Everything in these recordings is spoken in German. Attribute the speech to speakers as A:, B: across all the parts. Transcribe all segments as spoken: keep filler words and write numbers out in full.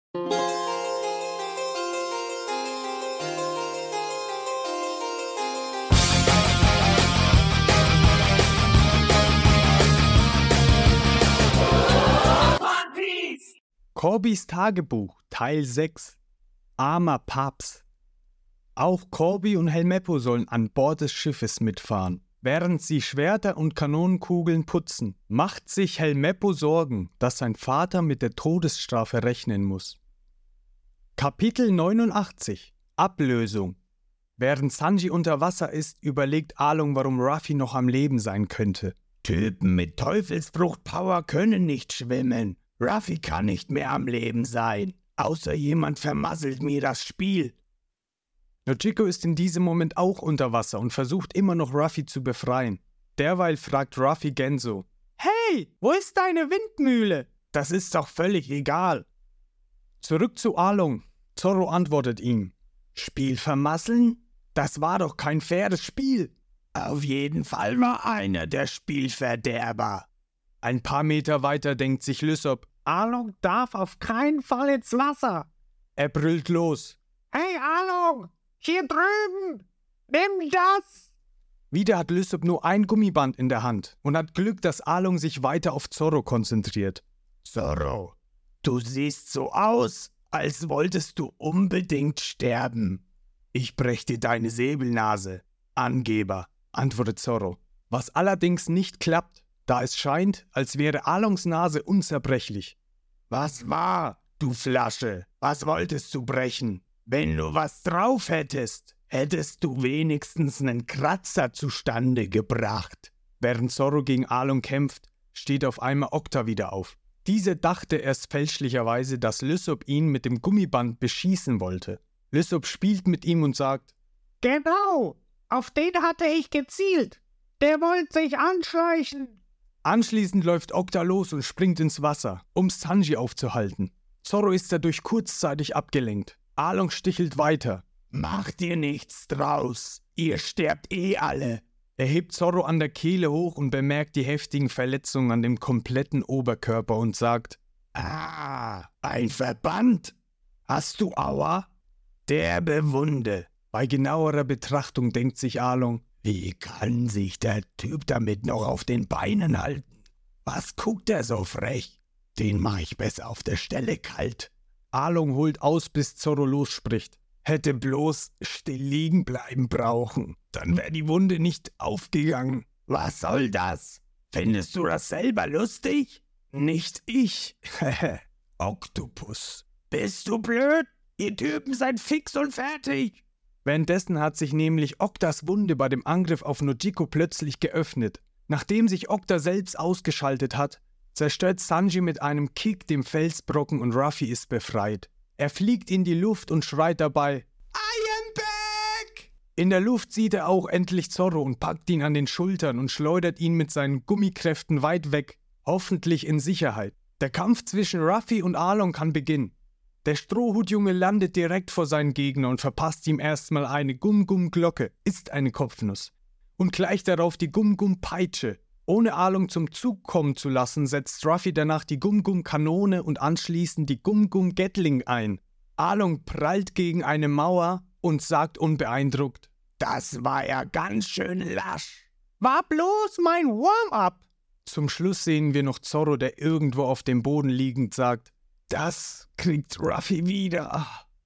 A: Corbys Tagebuch, Teil sechs. Armer Paps. Auch Corby und Helmeppo sollen an Bord des Schiffes mitfahren. Während sie Schwerter und Kanonenkugeln putzen, macht sich Helmeppo Sorgen, dass sein Vater mit der Todesstrafe rechnen muss. Kapitel neunundachtzig. Ablösung. Während Sanji unter Wasser ist, überlegt Arlong, warum Ruffy noch am Leben sein könnte.
B: Typen mit Teufelsfrucht-Power können nicht schwimmen. Ruffy kann nicht mehr am Leben sein. Außer jemand vermasselt mir das Spiel.
A: Nojiko ist in diesem Moment auch unter Wasser und versucht immer noch Ruffy zu befreien. Derweil fragt Ruffy Genzo: »Hey, wo ist deine Windmühle?«
B: »Das ist doch völlig egal.«
A: Zurück zu Arlong. Zoro antwortet ihm:
B: »Spiel vermasseln?
A: Das war doch kein faires Spiel.«
B: »Auf jeden Fall war einer der Spielverderber.«
A: Ein paar Meter weiter denkt sich Lysop:
C: »Arlong darf auf keinen Fall ins Wasser.«
A: Er brüllt los:
C: »Hey Arlong, hier drüben, nimm das!«
A: Wieder hat Lysop nur ein Gummiband in der Hand und hat Glück, dass Arlong sich weiter auf Zoro konzentriert.
B: »Zoro, du siehst so aus, als wolltest du unbedingt sterben. Ich brech dir deine Säbelnase, Angeber«, antwortet Zoro. Was allerdings nicht klappt, da es scheint, als wäre Arlongs Nase unzerbrechlich. »Was war, du Flasche? Was wolltest du brechen? Wenn du was drauf hättest, hättest du wenigstens einen Kratzer zustande gebracht.«
A: Während Zoro gegen Arlong kämpft, steht auf einmal Okta wieder auf. Diese dachte erst fälschlicherweise, dass Lysop ihn mit dem Gummiband beschießen wollte. Lysop spielt mit ihm und sagt:
C: »Genau, auf den hatte ich gezielt. Der wollte sich anschleichen.«
A: Anschließend läuft Okta los und springt ins Wasser, um Sanji aufzuhalten. Zoro ist dadurch kurzzeitig abgelenkt. Arlong stichelt weiter.
B: »Macht dir nichts draus, ihr sterbt eh alle.«
A: Er hebt Zoro an der Kehle hoch und bemerkt die heftigen Verletzungen an dem kompletten Oberkörper und sagt:
B: »Ah, ein Verband? Hast du Aua?« »Derbe Wunde.«
A: Bei genauerer Betrachtung denkt sich Arlong:
B: Wie kann sich der Typ damit noch auf den Beinen halten? Was guckt er so frech? Den mach ich besser auf der Stelle kalt.«
A: Arlong holt aus, bis Zoro losspricht.
B: »Hätte bloß still liegen bleiben brauchen. Dann wäre die Wunde nicht aufgegangen.« »Was soll das? Findest du das selber lustig?« »Nicht ich.« »Oktopus. Bist du blöd? Ihr Typen seid fix und fertig.«
A: Währenddessen hat sich nämlich Oktas Wunde bei dem Angriff auf Nojiko plötzlich geöffnet. Nachdem sich Okta selbst ausgeschaltet hat, zerstört Sanji mit einem Kick den Felsbrocken und Ruffy ist befreit. Er fliegt in die Luft und schreit dabei:
B: I am back!
A: In der Luft sieht er auch endlich Zoro und packt ihn an den Schultern und schleudert ihn mit seinen Gummikräften weit weg, hoffentlich in Sicherheit. Der Kampf zwischen Ruffy und Arlong kann beginnen. Der Strohhutjunge landet direkt vor seinen Gegner und verpasst ihm erstmal eine Gum-Gum-Glocke, ist eine Kopfnuss. Und gleich darauf die Gum-Gum-Peitsche. Ohne Arlong zum Zug kommen zu lassen, setzt Ruffy danach die Gum-Gum-Kanone und anschließend die Gum-Gum-Gatling ein. Arlong prallt gegen eine Mauer und sagt unbeeindruckt:
B: »Das war ja ganz schön lasch.
C: War bloß mein Warm-up.«
A: Zum Schluss sehen wir noch Zoro, der irgendwo auf dem Boden liegend sagt:
B: »Das kriegt Ruffy wieder.«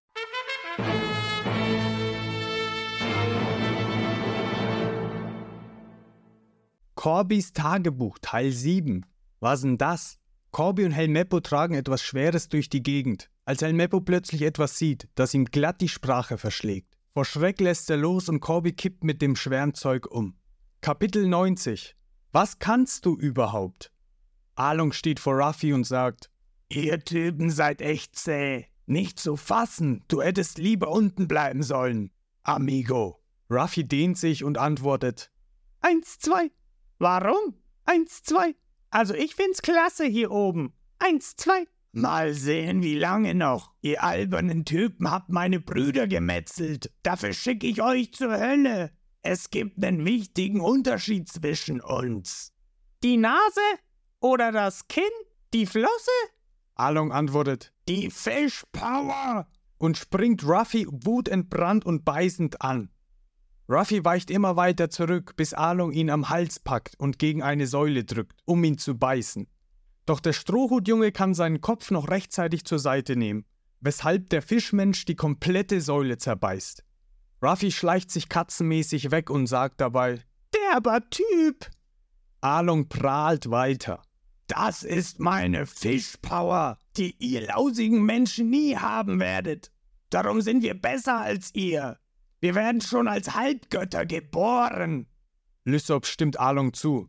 A: Corbys Tagebuch, Teil sieben. Was denn das? Corby und Helmeppo tragen etwas Schweres durch die Gegend, als Helmeppo plötzlich etwas sieht, das ihm glatt die Sprache verschlägt. Vor Schreck lässt er los und Corby kippt mit dem schweren Zeug um. Kapitel neunzig. Was kannst du überhaupt? Arlong steht vor Ruffy und sagt:
B: »Ihr Typen seid echt zäh. Nicht zu fassen, du hättest lieber unten bleiben sollen, Amigo.«
A: Ruffy dehnt sich und antwortet:
C: Eins, zwei. Warum? Eins, zwei. Also ich find's klasse hier oben. Eins, zwei.
B: Mal sehen, wie lange noch. Ihr albernen Typen habt meine Brüder gemetzelt. Dafür schicke ich euch zur Hölle. Es gibt einen wichtigen Unterschied zwischen uns.
C: Die Nase? Oder das Kinn? Die Flosse?
A: Arlong antwortet:
B: Die Fischpower!
A: Und springt Ruffy wutentbrannt und beißend an. Ruffy weicht immer weiter zurück, bis Arlong ihn am Hals packt und gegen eine Säule drückt, um ihn zu beißen. Doch der Strohhutjunge kann seinen Kopf noch rechtzeitig zur Seite nehmen, weshalb der Fischmensch die komplette Säule zerbeißt. Ruffy schleicht sich katzenmäßig weg und sagt dabei:
C: Derber Typ!
A: Arlong prahlt weiter.
B: Das ist meine Fischpower, die ihr lausigen Menschen nie haben werdet. Darum sind wir besser als ihr. Wir werden schon als Halbgötter geboren.
A: Lysop stimmt Arlong zu.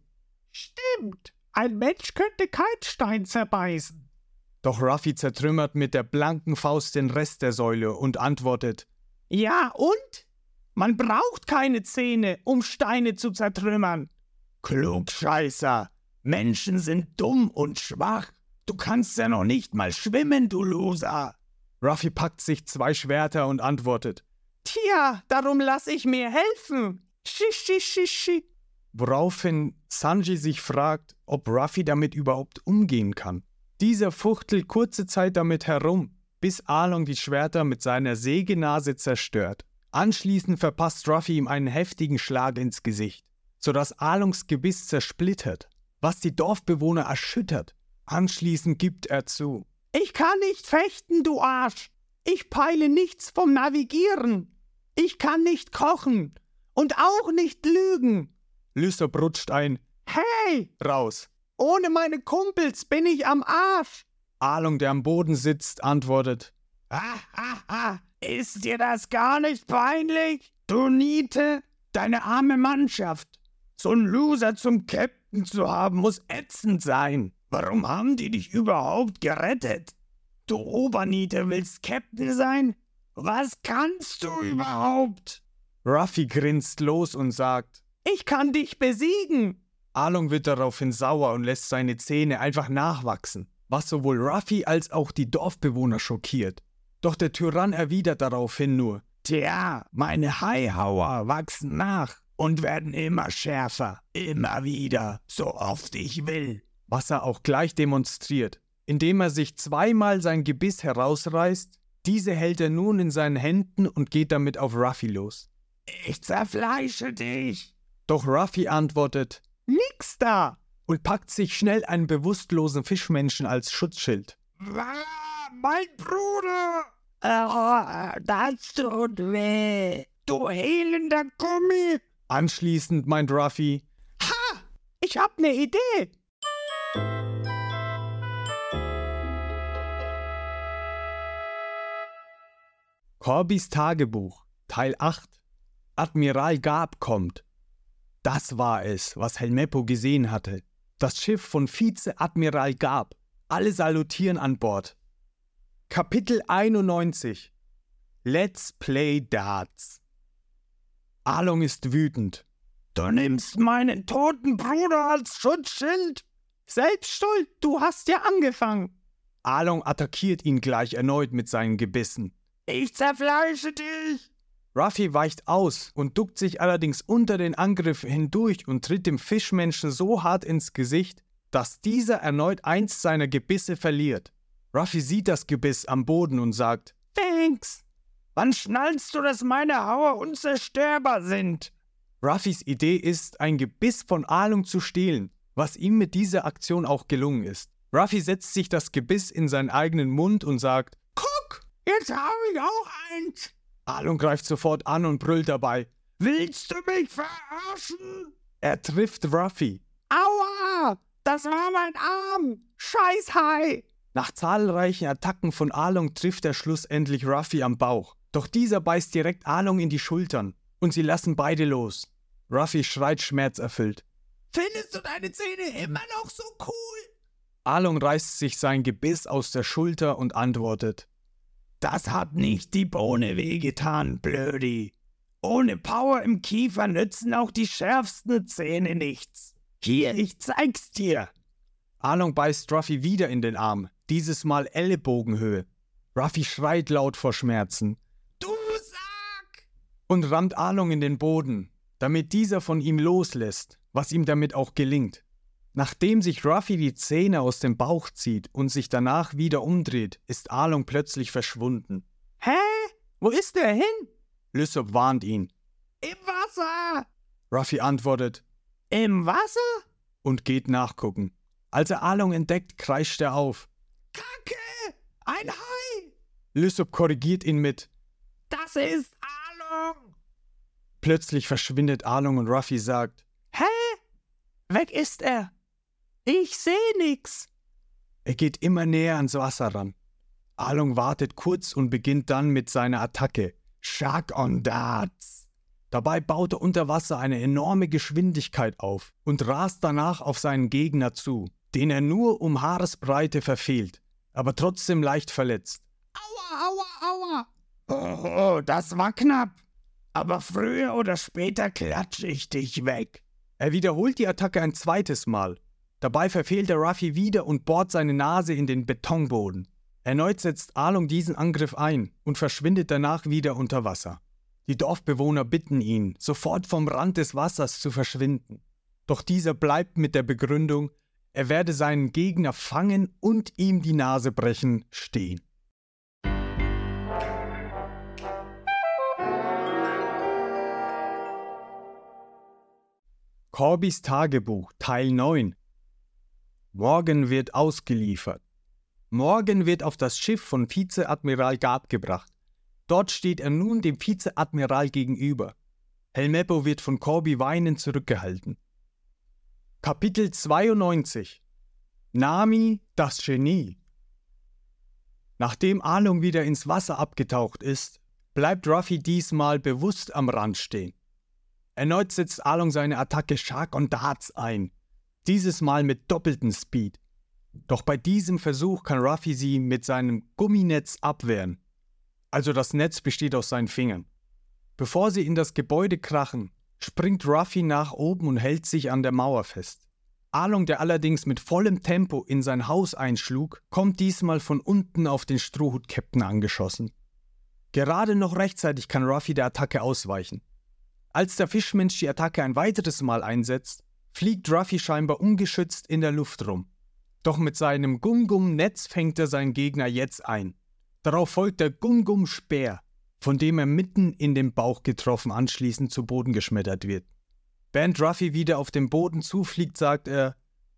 C: Stimmt, ein Mensch könnte keinen Stein zerbeißen.
A: Doch Ruffy zertrümmert mit der blanken Faust den Rest der Säule und antwortet:
C: Ja, und? Man braucht keine Zähne, um Steine zu zertrümmern.
B: Klugscheißer, Menschen sind dumm und schwach. Du kannst ja noch nicht mal schwimmen, du Loser.
A: Ruffy packt sich zwei Schwerter und antwortet:
C: Tja, darum lass ich mir helfen. Shishi, shishi.
A: Woraufhin Sanji sich fragt, ob Ruffy damit überhaupt umgehen kann. Dieser fuchtelt kurze Zeit damit herum, bis Arlong die Schwerter mit seiner Sägenase zerstört. Anschließend verpasst Ruffy ihm einen heftigen Schlag ins Gesicht, sodass Arlongs Gebiss zersplittert, was die Dorfbewohner erschüttert. Anschließend gibt er zu:
C: Ich kann nicht fechten, du Arsch. Ich peile nichts vom Navigieren. Ich kann nicht kochen und auch nicht lügen.
A: Lysop rutscht ein
C: Hey!
A: raus.
C: Ohne meine Kumpels bin ich am Arsch.
A: Arlong, der am Boden sitzt, antwortet:
B: Ah, ah, ah, ist dir das gar nicht peinlich? Du Niete, deine arme Mannschaft. So ein Loser zum Captain zu haben, muss ätzend sein. Warum haben die dich überhaupt gerettet? Du Oberniete willst Captain sein? Was kannst du überhaupt?
A: Ruffy grinst los und sagt:
C: Ich kann dich besiegen.
A: Arlong wird daraufhin sauer und lässt seine Zähne einfach nachwachsen, was sowohl Ruffy als auch die Dorfbewohner schockiert. Doch der Tyrann erwidert daraufhin nur:
B: Tja, meine Haihauer wachsen nach und werden immer schärfer, immer wieder, so oft ich will.
A: Was er auch gleich demonstriert, indem er sich zweimal sein Gebiss herausreißt. Diese hält er nun in seinen Händen und geht damit auf Ruffy los.
B: Ich zerfleische dich.
A: Doch Ruffy antwortet:
C: Nix da.
A: Und packt sich schnell einen bewusstlosen Fischmenschen als Schutzschild.
B: Ah, mein Bruder!
C: Oh, das tut weh.
B: Du elender Gummi!
A: Anschließend meint Ruffy:
C: Ha! Ich hab ne Idee.
A: Corbys Tagebuch, Teil acht. Admiral Garp kommt. Das war es, was Helmeppo gesehen hatte. Das Schiff von Vize-Admiral Garp. Alle salutieren an Bord. Kapitel einundneunzig. Let's play Darts. Arlong ist wütend.
B: Du nimmst meinen toten Bruder als Schutzschild?
C: Selbst schuld, du hast ja angefangen.
A: Arlong attackiert ihn gleich erneut mit seinen Gebissen.
B: Ich zerfleische dich!
A: Ruffy weicht aus und duckt sich allerdings unter den Angriff hindurch und tritt dem Fischmenschen so hart ins Gesicht, dass dieser erneut eins seiner Gebisse verliert. Ruffy sieht das Gebiss am Boden und sagt:
C: Thanks.
B: Wann schnallst du, dass meine Hauer unzerstörbar sind?
A: Ruffys Idee ist, ein Gebiss von Arlong zu stehlen, was ihm mit dieser Aktion auch gelungen ist. Ruffy setzt sich das Gebiss in seinen eigenen Mund und sagt:
B: Guck, jetzt habe ich auch eins.
A: Arlong greift sofort an und brüllt dabei:
B: Willst du mich verarschen?
A: Er trifft Ruffy.
C: Aua, das war mein Arm. Scheißhai.
A: Nach zahlreichen Attacken von Arlong trifft er schlussendlich Ruffy am Bauch. Doch dieser beißt direkt Arlong in die Schultern und sie lassen beide los. Ruffy schreit schmerzerfüllt:
B: Findest du deine Zähne immer noch so cool?
A: Arlong reißt sich sein Gebiss aus der Schulter und antwortet:
B: Das hat nicht die Bohne wehgetan, Blödi. Ohne Power im Kiefer nützen auch die schärfsten Zähne nichts. Hier, ich zeig's dir.
A: Arlong beißt Ruffy wieder in den Arm, dieses Mal Ellenbogenhöhe. Ruffy schreit laut vor Schmerzen:
B: Du Sack!
A: Und rammt Arlong in den Boden, damit dieser von ihm loslässt, was ihm damit auch gelingt. Nachdem sich Ruffy die Zähne aus dem Bauch zieht und sich danach wieder umdreht, ist Arlong plötzlich verschwunden.
C: Hä? Wo ist er hin?
A: Lysop warnt ihn.
C: Im Wasser!
A: Ruffy antwortet
C: Im Wasser?
A: und geht nachgucken. Als er Arlong entdeckt, kreischt er auf.
C: Kacke! Ein Hai!
A: Lysop korrigiert ihn mit.
C: Das ist Arlong!
A: Plötzlich verschwindet Arlong und Ruffy sagt.
C: Hä? Weg ist er! Ich seh nix!
A: Er geht immer näher ans Wasser ran. Arlong wartet kurz und beginnt dann mit seiner Attacke. Shark on Darts. Dabei baut er unter Wasser eine enorme Geschwindigkeit auf und rast danach auf seinen Gegner zu, den er nur um Haaresbreite verfehlt, aber trotzdem leicht verletzt.
C: Aua, aua, aua! Oh, das war knapp. Aber früher oder später klatsche ich dich weg.
A: Er wiederholt die Attacke ein zweites Mal. Dabei verfehlt er Ruffy wieder und bohrt seine Nase in den Betonboden. Erneut setzt Arlong diesen Angriff ein und verschwindet danach wieder unter Wasser. Die Dorfbewohner bitten ihn, sofort vom Rand des Wassers zu verschwinden. Doch dieser bleibt mit der Begründung, er werde seinen Gegner fangen und ihm die Nase brechen, stehen. Corbys Tagebuch, Teil neun. Morgan wird ausgeliefert. Morgan wird auf das Schiff von Vizeadmiral Garp gebracht. Dort steht er nun dem Vizeadmiral gegenüber. Helmeppo wird von Corby weinend zurückgehalten. Kapitel zweiundneunzig. Nami, das Genie. Nachdem Arlong wieder ins Wasser abgetaucht ist, bleibt Ruffy diesmal bewusst am Rand stehen. Erneut setzt Arlong seine Attacke Shark on Darts ein, dieses Mal mit doppeltem Speed. Doch bei diesem Versuch kann Ruffy sie mit seinem Gumminetz abwehren. Also das Netz besteht aus seinen Fingern. Bevor sie in das Gebäude krachen, springt Ruffy nach oben und hält sich an der Mauer fest. Arlong, der allerdings mit vollem Tempo in sein Haus einschlug, kommt diesmal von unten auf den Strohhut-Captain angeschossen. Gerade noch rechtzeitig kann Ruffy der Attacke ausweichen. Als der Fischmensch die Attacke ein weiteres Mal einsetzt, fliegt Ruffy scheinbar ungeschützt in der Luft rum. Doch mit seinem Gum-Gum-Netz fängt er seinen Gegner jetzt ein. Darauf folgt der Gum-Gum-Speer, von dem er mitten in den Bauch getroffen anschließend zu Boden geschmettert wird. Während Ruffy wieder auf den Boden zufliegt, sagt er: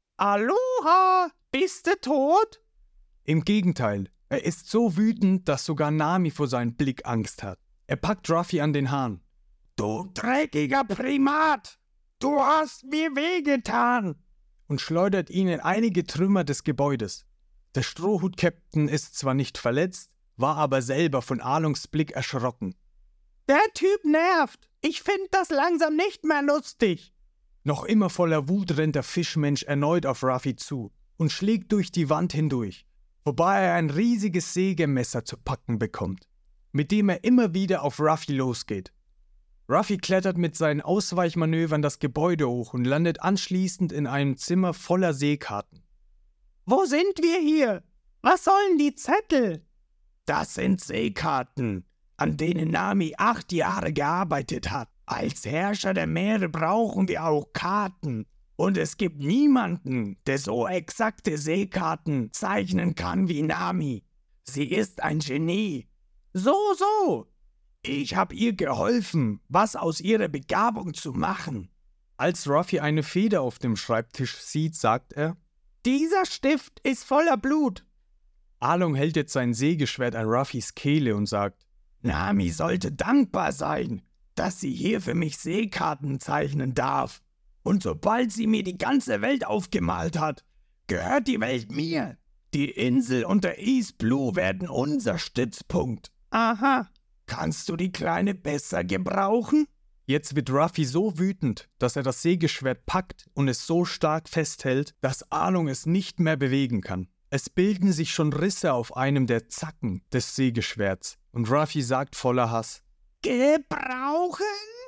C: Aloha, bist du tot?
A: Im Gegenteil, er ist so wütend, dass sogar Nami vor seinem Blick Angst hat. Er packt Ruffy an den Haaren.
C: Du dreckiger Primat! Du hast mir wehgetan!
A: Und schleudert ihn in einige Trümmer des Gebäudes. Der Strohhut-Captain ist zwar nicht verletzt, war aber selber von Arlongs Blick erschrocken.
C: Der Typ nervt! Ich find das langsam nicht mehr lustig!
A: Noch immer voller Wut rennt der Fischmensch erneut auf Ruffy zu und schlägt durch die Wand hindurch, wobei er ein riesiges Sägemesser zu packen bekommt, mit dem er immer wieder auf Ruffy losgeht. Ruffy klettert mit seinen Ausweichmanövern das Gebäude hoch und landet anschließend in einem Zimmer voller Seekarten.
C: Wo sind wir hier? Was sollen die Zettel?
B: Das sind Seekarten, an denen Nami acht Jahre gearbeitet hat. Als Herrscher der Meere brauchen wir auch Karten. Und es gibt niemanden, der so exakte Seekarten zeichnen kann wie Nami. Sie ist ein Genie.
C: So, so.
B: Ich habe ihr geholfen, was aus ihrer Begabung zu machen.
A: Als Ruffy eine Feder auf dem Schreibtisch sieht, sagt er:
C: Dieser Stift ist voller Blut.
A: Arlong hält jetzt sein Sägeschwert an Ruffys Kehle und sagt:
B: Nami sollte dankbar sein, dass sie hier für mich Seekarten zeichnen darf. Und sobald sie mir die ganze Welt aufgemalt hat, gehört die Welt mir. Die Insel und der East Blue werden unser Stützpunkt.
C: Aha.
B: Kannst du die Kleine besser gebrauchen?
A: Jetzt wird Ruffy so wütend, dass er das Sägeschwert packt und es so stark festhält, dass Arlong es nicht mehr bewegen kann. Es bilden sich schon Risse auf einem der Zacken des Sägeschwerts und Ruffy sagt voller Hass:
C: Gebrauchen?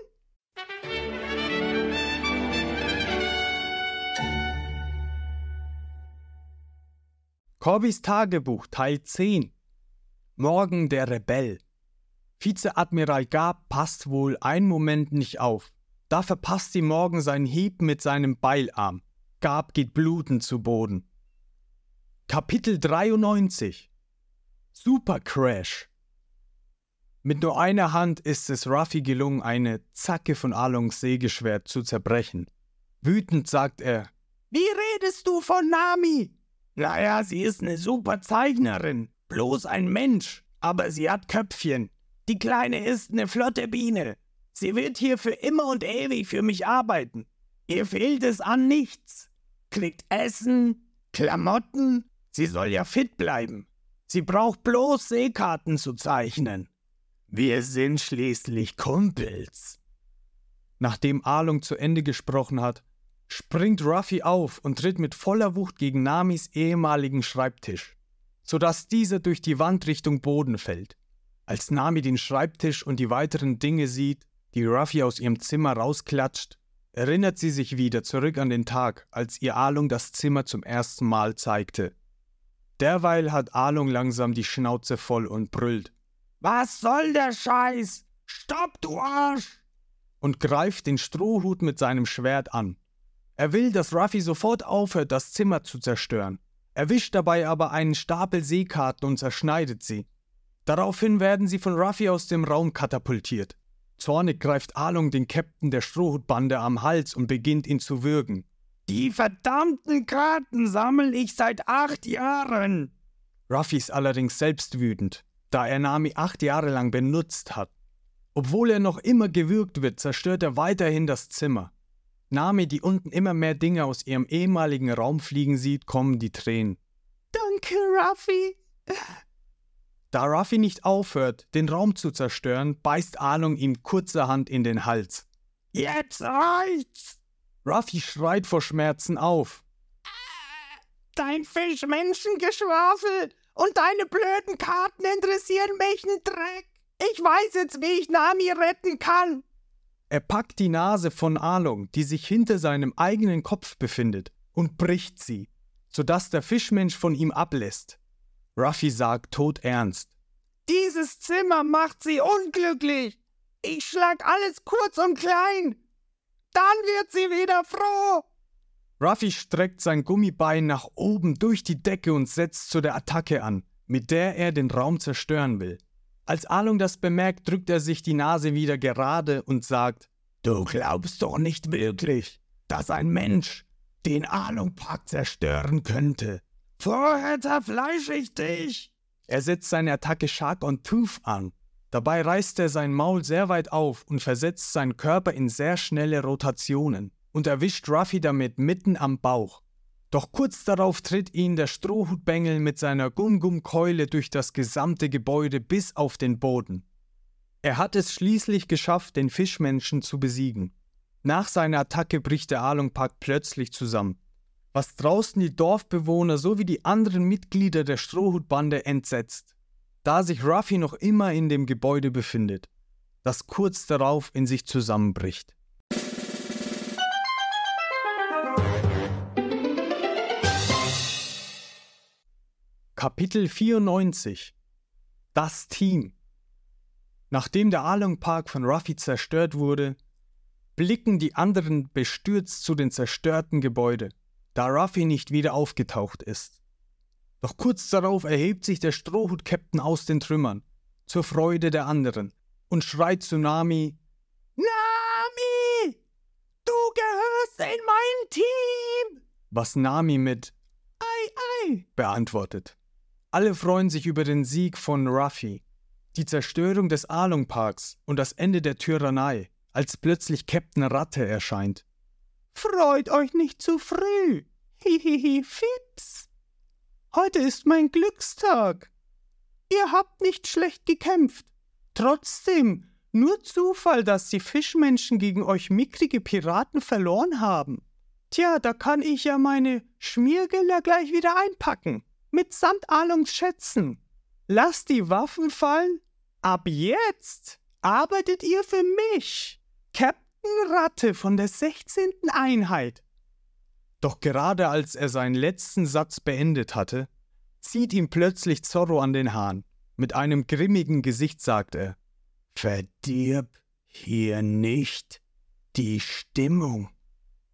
A: Corbys Tagebuch, Teil zehn. Morgan der Rebell. Vizeadmiral Garp passt wohl einen Moment nicht auf. Da verpasst sie Morgan seinen Hieb mit seinem Beilarm. Gab geht blutend zu Boden. Kapitel dreiundneunzig Super Crash. Mit nur einer Hand ist es Ruffy gelungen, eine Zacke von Arlongs Sägeschwert zu zerbrechen. Wütend sagt er:
C: Wie redest du von Nami?
B: Naja, sie ist eine super Zeichnerin, bloß ein Mensch, aber sie hat Köpfchen. Die Kleine ist eine flotte Biene. Sie wird hier für immer und ewig für mich arbeiten. Ihr fehlt es an nichts. Kriegt Essen, Klamotten, sie soll ja fit bleiben. Sie braucht bloß Seekarten zu zeichnen. Wir sind schließlich Kumpels.
A: Nachdem Arlong zu Ende gesprochen hat, springt Ruffy auf und tritt mit voller Wucht gegen Namis ehemaligen Schreibtisch, sodass dieser durch die Wand Richtung Boden fällt. Als Nami den Schreibtisch und die weiteren Dinge sieht, die Ruffy aus ihrem Zimmer rausklatscht, erinnert sie sich wieder zurück an den Tag, als ihr Arlong das Zimmer zum ersten Mal zeigte. Derweil hat Arlong langsam die Schnauze voll und brüllt:
B: Was soll der Scheiß? Stopp, du Arsch!
A: Und greift den Strohhut mit seinem Schwert an. Er will, dass Ruffy sofort aufhört, das Zimmer zu zerstören, erwischt dabei aber einen Stapel Seekarten und zerschneidet sie. Daraufhin werden sie von Ruffy aus dem Raum katapultiert. Zornig greift Arlong den Käpt'n der Strohhutbande am Hals und beginnt ihn zu würgen.
B: Die verdammten Karten sammle ich seit acht Jahren!
A: Ruffy ist allerdings selbst wütend, da er Nami acht Jahre lang benutzt hat. Obwohl er noch immer gewürgt wird, zerstört er weiterhin das Zimmer. Nami, die unten immer mehr Dinge aus ihrem ehemaligen Raum fliegen sieht, kommen die Tränen.
C: Danke, Ruffy.
A: Da Ruffy nicht aufhört, den Raum zu zerstören, beißt Arlong ihm kurzerhand in den Hals.
B: Jetzt reicht's!
A: Ruffy schreit vor Schmerzen auf.
C: Dein Fischmenschengeschwafel und deine blöden Karten interessieren mich einen Dreck. Ich weiß jetzt, wie ich Nami retten kann.
A: Er packt die Nase von Arlong, die sich hinter seinem eigenen Kopf befindet, und bricht sie, sodass der Fischmensch von ihm ablässt. Ruffy sagt todernst:
C: Dieses Zimmer macht sie unglücklich. Ich schlag alles kurz und klein. Dann wird sie wieder froh.
A: Ruffy streckt sein Gummibein nach oben durch die Decke und setzt zu der Attacke an, mit der er den Raum zerstören will. Als Arlong das bemerkt, drückt er sich die Nase wieder gerade und sagt:
B: Du glaubst doch nicht wirklich, dass ein Mensch den Arlong-Park zerstören könnte. Vorher zerfleische ich dich!
A: Er setzt seine Attacke Shark on Tooth an. Dabei reißt er sein Maul sehr weit auf und versetzt seinen Körper in sehr schnelle Rotationen und erwischt Ruffy damit mitten am Bauch. Doch kurz darauf tritt ihn der Strohhutbengel mit seiner Gum-Gum-Keule durch das gesamte Gebäude bis auf den Boden. Er hat es schließlich geschafft, den Fischmenschen zu besiegen. Nach seiner Attacke bricht der Arlong-Park plötzlich zusammen, was draußen die Dorfbewohner sowie die anderen Mitglieder der Strohhutbande entsetzt, da sich Ruffy noch immer in dem Gebäude befindet, das kurz darauf in sich zusammenbricht. Kapitel vierundneunzig Das Team. Nachdem der Arlong-Park von Ruffy zerstört wurde, blicken die anderen bestürzt zu den zerstörten Gebäuden, da Ruffy nicht wieder aufgetaucht ist. Doch kurz darauf erhebt sich der Strohhut-Captain aus den Trümmern, zur Freude der anderen, und schreit zu Nami:
C: Nami! Du gehörst in mein Team!
A: Was Nami mit
C: Ei, ei
A: beantwortet. Alle freuen sich über den Sieg von Ruffy, die Zerstörung des Arlong-Parks und das Ende der Tyrannei, als plötzlich Captain Ratte erscheint.
C: Freut euch nicht zu früh. Hihihi, Fips. Heute ist mein Glückstag. Ihr habt nicht schlecht gekämpft. Trotzdem, nur Zufall, dass die Fischmenschen gegen euch mickrige Piraten verloren haben. Tja, da kann ich ja meine Schmiergelder gleich wieder einpacken. Mitsamt Arlongs Schätzen. Lasst die Waffen fallen. Ab jetzt arbeitet ihr für mich, Captain Ratte von der sechzehnten Einheit.
A: Doch gerade als er seinen letzten Satz beendet hatte, zieht ihm plötzlich Zorro an den Haaren. Mit einem grimmigen Gesicht sagt er:
B: Verdirb hier nicht die Stimmung.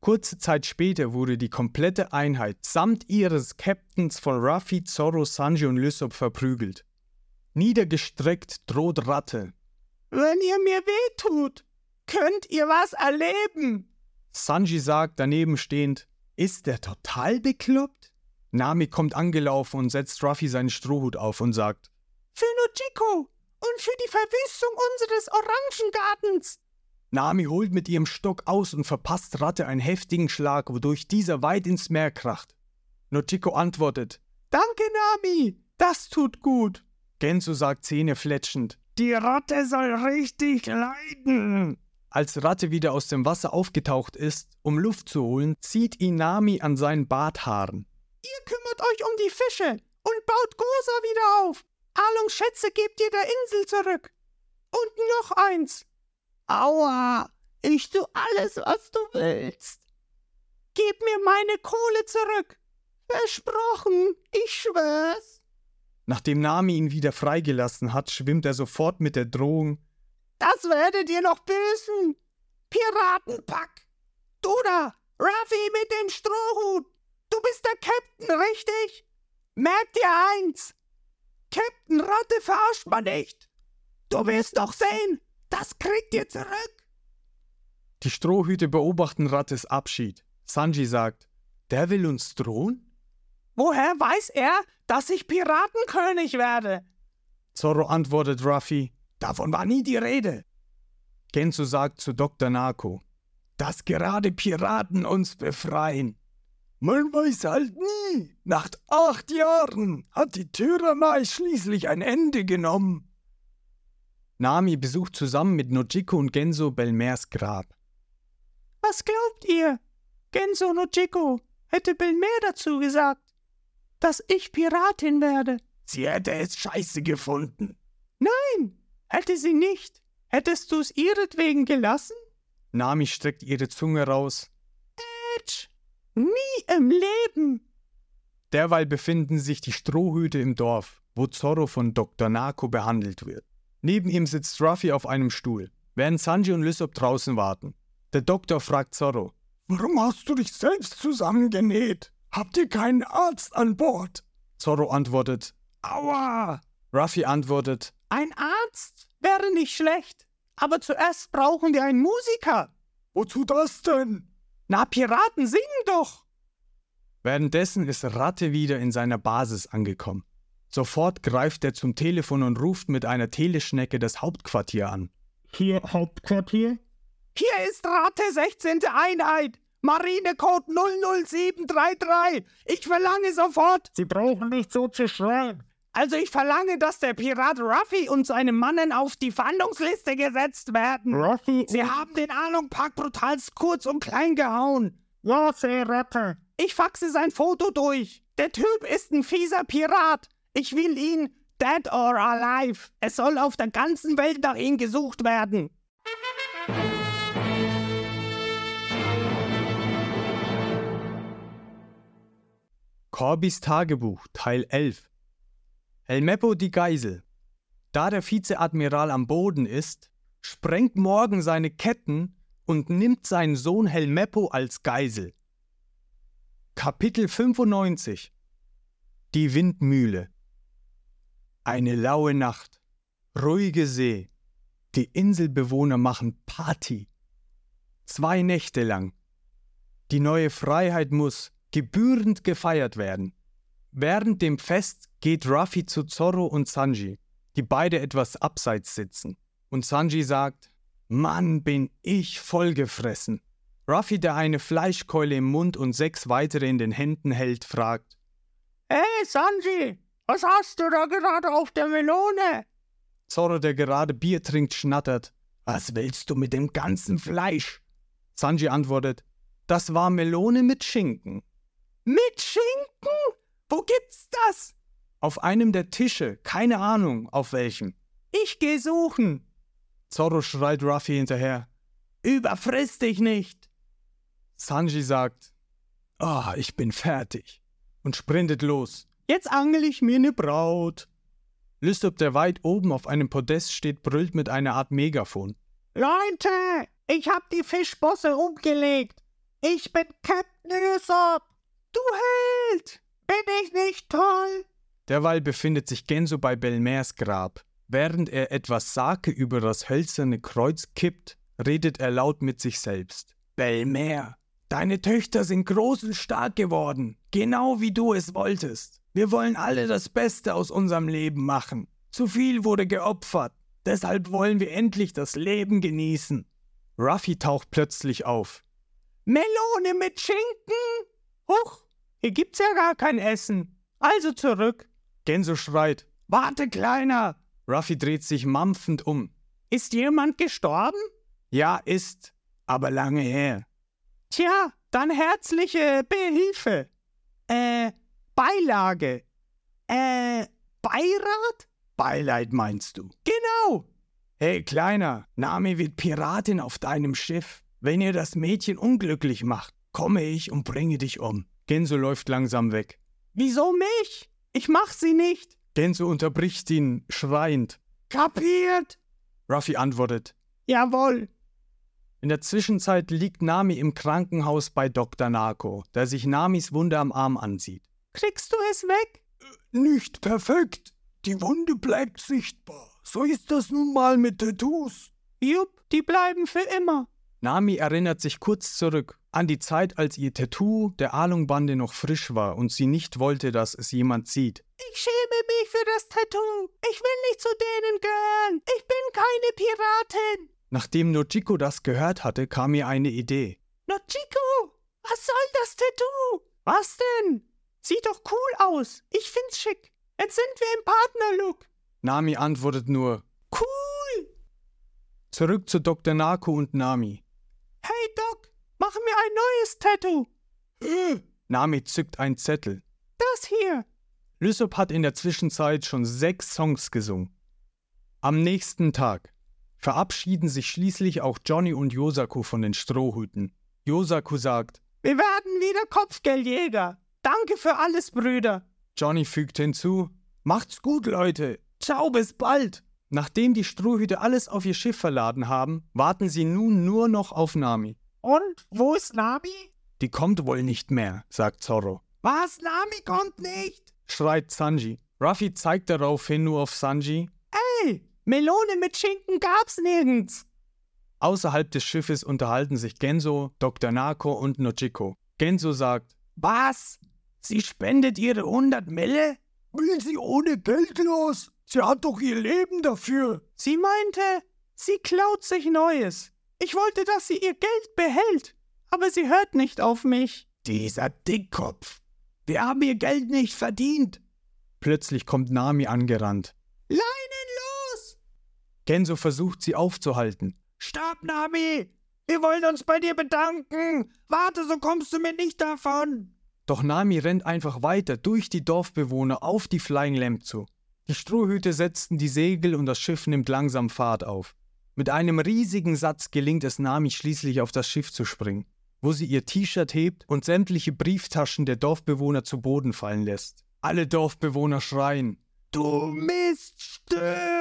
A: Kurze Zeit später wurde die komplette Einheit samt ihres Captains von Ruffy, Zoro, Sanji und Lysop verprügelt. Niedergestreckt droht Ratte.
C: Wenn ihr mir wehtut, könnt ihr was erleben.
A: Sanji sagt, daneben stehend, ist der total bekloppt? Nami kommt angelaufen und setzt Ruffy seinen Strohhut auf und sagt,
C: für Nojiko und für die Verwüstung unseres Orangengartens.
A: Nami holt mit ihrem Stock aus und verpasst Ratte einen heftigen Schlag, wodurch dieser weit ins Meer kracht. Nojiko antwortet,
C: danke Nami, das tut gut.
A: Genzo sagt zähnefletschend,
B: die Ratte soll richtig leiden.
A: Als Ratte wieder aus dem Wasser aufgetaucht ist, um Luft zu holen, zieht ihn Nami an seinen Barthaaren.
C: Ihr kümmert euch um die Fische und baut Gosa wieder auf. Alongs Schätze gebt ihr der Insel zurück. Und noch eins. Aua, ich tu alles, was du willst. Gib mir meine Kohle zurück. Versprochen, ich schwör's.
A: Nachdem Nami ihn wieder freigelassen hat, schwimmt er sofort mit der Drohung,
C: das werdet ihr noch büßen. Piratenpack. Du da, Ruffy mit dem Strohhut. Du bist der Captain, richtig? Merk dir eins. Captain Ratte verarscht man nicht. Du wirst doch sehen, das kriegt ihr zurück.
A: Die Strohhüte beobachten Rattes Abschied. Sanji sagt, der will uns drohen?
C: Woher weiß er, dass ich Piratenkönig werde?
A: Zoro antwortet Ruffy,
B: davon war nie die Rede.
A: Genzo sagt zu Doktor Nako,
B: dass gerade Piraten uns befreien. Man weiß halt nie. Nach acht Jahren hat die Tyrannei schließlich ein Ende genommen.
A: Nami besucht zusammen mit Nojiko und Genzo Belmers Grab.
C: Was glaubt ihr? Genzo Nojiko hätte Belmer dazu gesagt, dass ich Piratin werde.
B: Sie hätte es scheiße gefunden.
C: Nein, hätte sie nicht. Hättest du es ihretwegen gelassen?
A: Nami streckt ihre Zunge raus.
C: Ätsch, nie im Leben.
A: Derweil befinden sich die Strohhüte im Dorf, wo Zoro von Doktor Nako behandelt wird. Neben ihm sitzt Ruffy auf einem Stuhl, während Sanji und Lysop draußen warten. Der Doktor fragt Zoro,
B: warum hast du dich selbst zusammengenäht? Habt ihr keinen Arzt an Bord?
A: Zoro antwortet,
B: aua!
A: Ruffy antwortet,
C: ein Arzt wäre nicht schlecht, aber zuerst brauchen wir einen Musiker.
B: Wozu das denn?
C: Na, Piraten singen doch!
A: Währenddessen ist Ratte wieder in seiner Basis angekommen. Sofort greift er zum Telefon und ruft mit einer Teleschnecke das Hauptquartier an.
C: Hier Hauptquartier? Hier ist Ratte sechzehnte Einheit. Marinecode null null sieben drei drei. Ich verlange sofort...
D: Sie brauchen nicht so zu schreien.
C: Also ich verlange, dass der Pirat Ruffy und seine Mannen auf die Fahndungsliste gesetzt werden.
D: Ruffy?
C: Sie haben den Along-Park brutalst kurz und klein gehauen.
D: Ja, sehr Ratte.
C: Ich faxe sein Foto durch. Der Typ ist ein fieser Pirat. Ich will ihn, dead or alive. Es soll auf der ganzen Welt nach ihm gesucht werden.
A: Corbys Tagebuch, Teil elf. Helmeppo die Geisel. Da der Vizeadmiral am Boden ist, sprengt Morgan seine Ketten und nimmt seinen Sohn Helmeppo als Geisel. Kapitel fünfundneunzig. Die Windmühle. Eine laue Nacht, ruhige See. Die Inselbewohner machen Party. Zwei Nächte lang. Die neue Freiheit muss gebührend gefeiert werden. Während dem Fest geht Ruffy zu Zoro und Sanji, die beide etwas abseits sitzen. Und Sanji sagt, Mann, bin ich vollgefressen. Ruffy, der eine Fleischkeule im Mund und sechs weitere in den Händen hält, fragt,
C: Hey Sanji, was hast du da gerade auf der Melone?
A: Zoro, der gerade Bier trinkt, schnattert,
B: was willst du mit dem ganzen Fleisch?
A: Sanji antwortet, das war Melone mit Schinken.
C: Mit Schinken? Wo gibt's das?
A: Auf einem der Tische, keine Ahnung, auf welchem.
C: Ich geh suchen.
A: Zoro schreit Ruffy hinterher.
C: Überfriss dich nicht.
A: Sanji sagt, ah, oh, ich bin fertig. Und sprintet los.
C: Jetzt angel ich mir ne Braut.
A: Lysop, der weit oben auf einem Podest steht, brüllt mit einer Art Megafon.
C: Leute, ich hab die Fischbosse umgelegt.
D: Ich bin Captain Usopp.
C: Du Held!
D: Bin ich nicht toll?
A: Derweil befindet sich Genso bei Belmers Grab. Während er etwas Sake über das hölzerne Kreuz kippt, redet er laut mit sich selbst.
B: Belmer, deine Töchter sind groß und stark geworden, genau wie du es wolltest. Wir wollen alle das Beste aus unserem Leben machen. Zu viel wurde geopfert, deshalb wollen wir endlich das Leben genießen.
A: Ruffy taucht plötzlich auf.
C: Melone mit Schinken? Huch, hier gibt's ja gar kein Essen. Also zurück.
A: Genso schreit.
B: Warte, Kleiner!
A: Ruffy dreht sich mampfend um.
C: Ist jemand gestorben?
A: Ja, ist, aber lange her.
C: Tja, dann herzliche Behilfe. Äh, Beilage. Äh, Beirat?
B: Beileid meinst du?
C: Genau.
B: Hey, Kleiner, Nami wird Piratin auf deinem Schiff. Wenn ihr das Mädchen unglücklich macht, komme ich und bringe dich um.
A: Genso läuft langsam weg.
C: Wieso mich? Ich mach sie nicht.
A: Genso unterbricht ihn, schreiend.
B: Kapiert?
A: Ruffy antwortet.
C: Jawohl.
A: In der Zwischenzeit liegt Nami im Krankenhaus bei Doktor Nako, der sich Namis Wunde am Arm ansieht.
C: Kriegst du es weg?
B: Äh, nicht perfekt. Die Wunde bleibt sichtbar. So ist das nun mal mit Tattoos.
C: Jupp, die bleiben für immer.
A: Nami erinnert sich kurz zurück an die Zeit, als ihr Tattoo der Arlong-Bande noch frisch war und sie nicht wollte, dass es jemand sieht.
C: Ich schäme mich für das Tattoo. Ich will nicht zu denen gehören. Ich bin keine Piratin.
A: Nachdem Nojiko das gehört hatte, kam ihr eine Idee.
C: Nojiko, was soll das Tattoo? Was denn? Sieht doch cool aus. Ich find's schick. Jetzt sind wir im Partnerlook.
A: Nami antwortet nur,
C: cool.
A: Zurück zu Doktor Nako und Nami.
C: Hey Doc, mach mir ein neues Tattoo.
B: Äh.
A: Nami zückt einen Zettel.
C: Das hier.
A: Lysop hat in der Zwischenzeit schon sechs Songs gesungen. Am nächsten Tag verabschieden sich schließlich auch Johnny und Yosaku von den Strohhüten. Yosaku sagt,
C: wir werden wieder Kopfgeldjäger. Danke für alles, Brüder.
A: Johnny fügt hinzu,
B: macht's gut, Leute. Ciao, bis bald.
A: Nachdem die Strohhüte alles auf ihr Schiff verladen haben, warten sie nun nur noch auf Nami.
D: Und, wo ist Nami?
A: Die kommt wohl nicht mehr, sagt Zorro.
D: Was, Nami kommt nicht?
A: Schreit Sanji. Ruffy zeigt daraufhin nur auf Sanji.
C: Ey, Melone mit Schinken gab's nirgends.
A: Außerhalb des Schiffes unterhalten sich Genso, Doktor Nako und Nojiko. Genso sagt,
B: was? Sie spendet ihre hundert Mille? Will sie ohne Geld los? Sie hat doch ihr Leben dafür.
C: Sie meinte, sie klaut sich Neues. Ich wollte, dass sie ihr Geld behält, aber sie hört nicht auf mich.
B: Dieser Dickkopf. Wir haben ihr Geld nicht verdient.
A: Plötzlich kommt Nami angerannt.
C: Leinen los!
A: Genso versucht, sie aufzuhalten.
D: Stopp, Nami! Wir wollen uns bei dir bedanken. Warte, so kommst du mir nicht davon.
A: Doch Nami rennt einfach weiter durch die Dorfbewohner auf die Flying Lamp zu. Die Strohhüte setzten die Segel und das Schiff nimmt langsam Fahrt auf. Mit einem riesigen Satz gelingt es Nami schließlich auf das Schiff zu springen, wo sie ihr T-Shirt hebt und sämtliche Brieftaschen der Dorfbewohner zu Boden fallen lässt. Alle Dorfbewohner schreien,
B: du Miststück!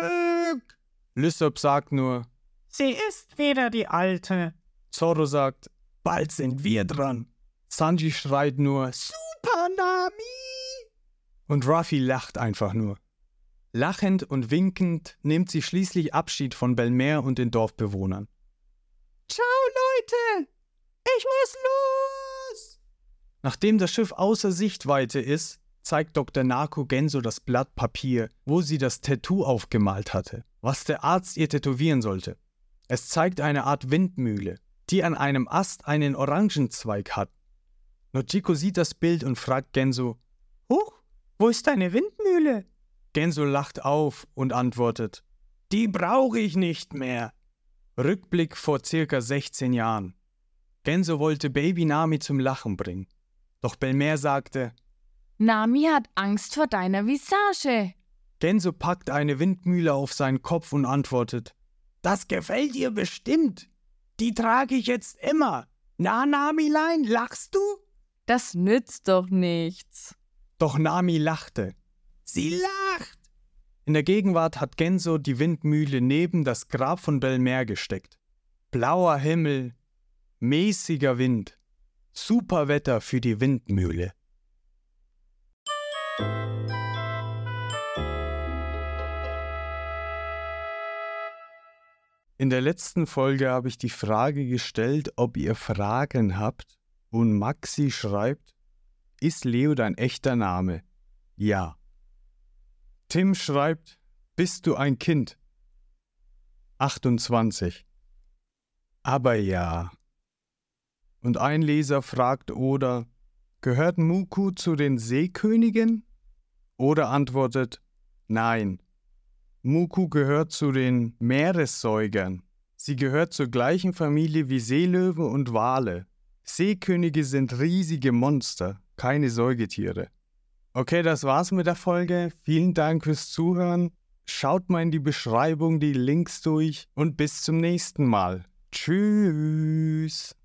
A: Lysop sagt nur,
C: sie ist wieder die Alte.
A: Zorro sagt,
B: bald sind wir dran.
A: Sanji schreit nur,
C: Super Nami!
A: Und Ruffy lacht einfach nur. Lachend und winkend nimmt sie schließlich Abschied von Belmer und den Dorfbewohnern.
C: Ciao, Leute! Ich muss los!
A: Nachdem das Schiff außer Sichtweite ist, zeigt Doktor Nako Genso das Blatt Papier, wo sie das Tattoo aufgemalt hatte, was der Arzt ihr tätowieren sollte. Es zeigt eine Art Windmühle, die an einem Ast einen Orangenzweig hat. Nojiko sieht das Bild und fragt Genso,
C: Huch, wo ist deine Windmühle?
A: Genso lacht auf und antwortet,
B: die brauche ich nicht mehr.
A: Rückblick vor circa sechzehn Jahren. Genso wollte Baby Nami zum Lachen bringen. Doch Belmer sagte,
E: Nami hat Angst vor deiner Visage.
A: Genso packt eine Windmühle auf seinen Kopf und antwortet,
B: das gefällt ihr bestimmt. Die trage ich jetzt immer. Na, Namilein, lachst du?
E: Das nützt doch nichts.
A: Doch Nami lachte.
B: Sie lacht!
A: In der Gegenwart hat Genso die Windmühle neben das Grab von Belmer gesteckt. Blauer Himmel, mäßiger Wind. Super Wetter für die Windmühle. In der letzten Folge habe ich die Frage gestellt, ob ihr Fragen habt, und Maxi schreibt: Ist Leo dein echter Name? Ja. Tim schreibt: Bist du ein Kind? achtundzwanzig. Aber ja. Und ein Leser fragt oder: Gehört Muku zu den Seekönigen? Oder antwortet: Nein. Muku gehört zu den Meeressäugern. Sie gehört zur gleichen Familie wie Seelöwen und Wale. Seekönige sind riesige Monster, keine Säugetiere. Okay, das war's mit der Folge. Vielen Dank fürs Zuhören. Schaut mal in die Beschreibung die Links durch und bis zum nächsten Mal. Tschüss.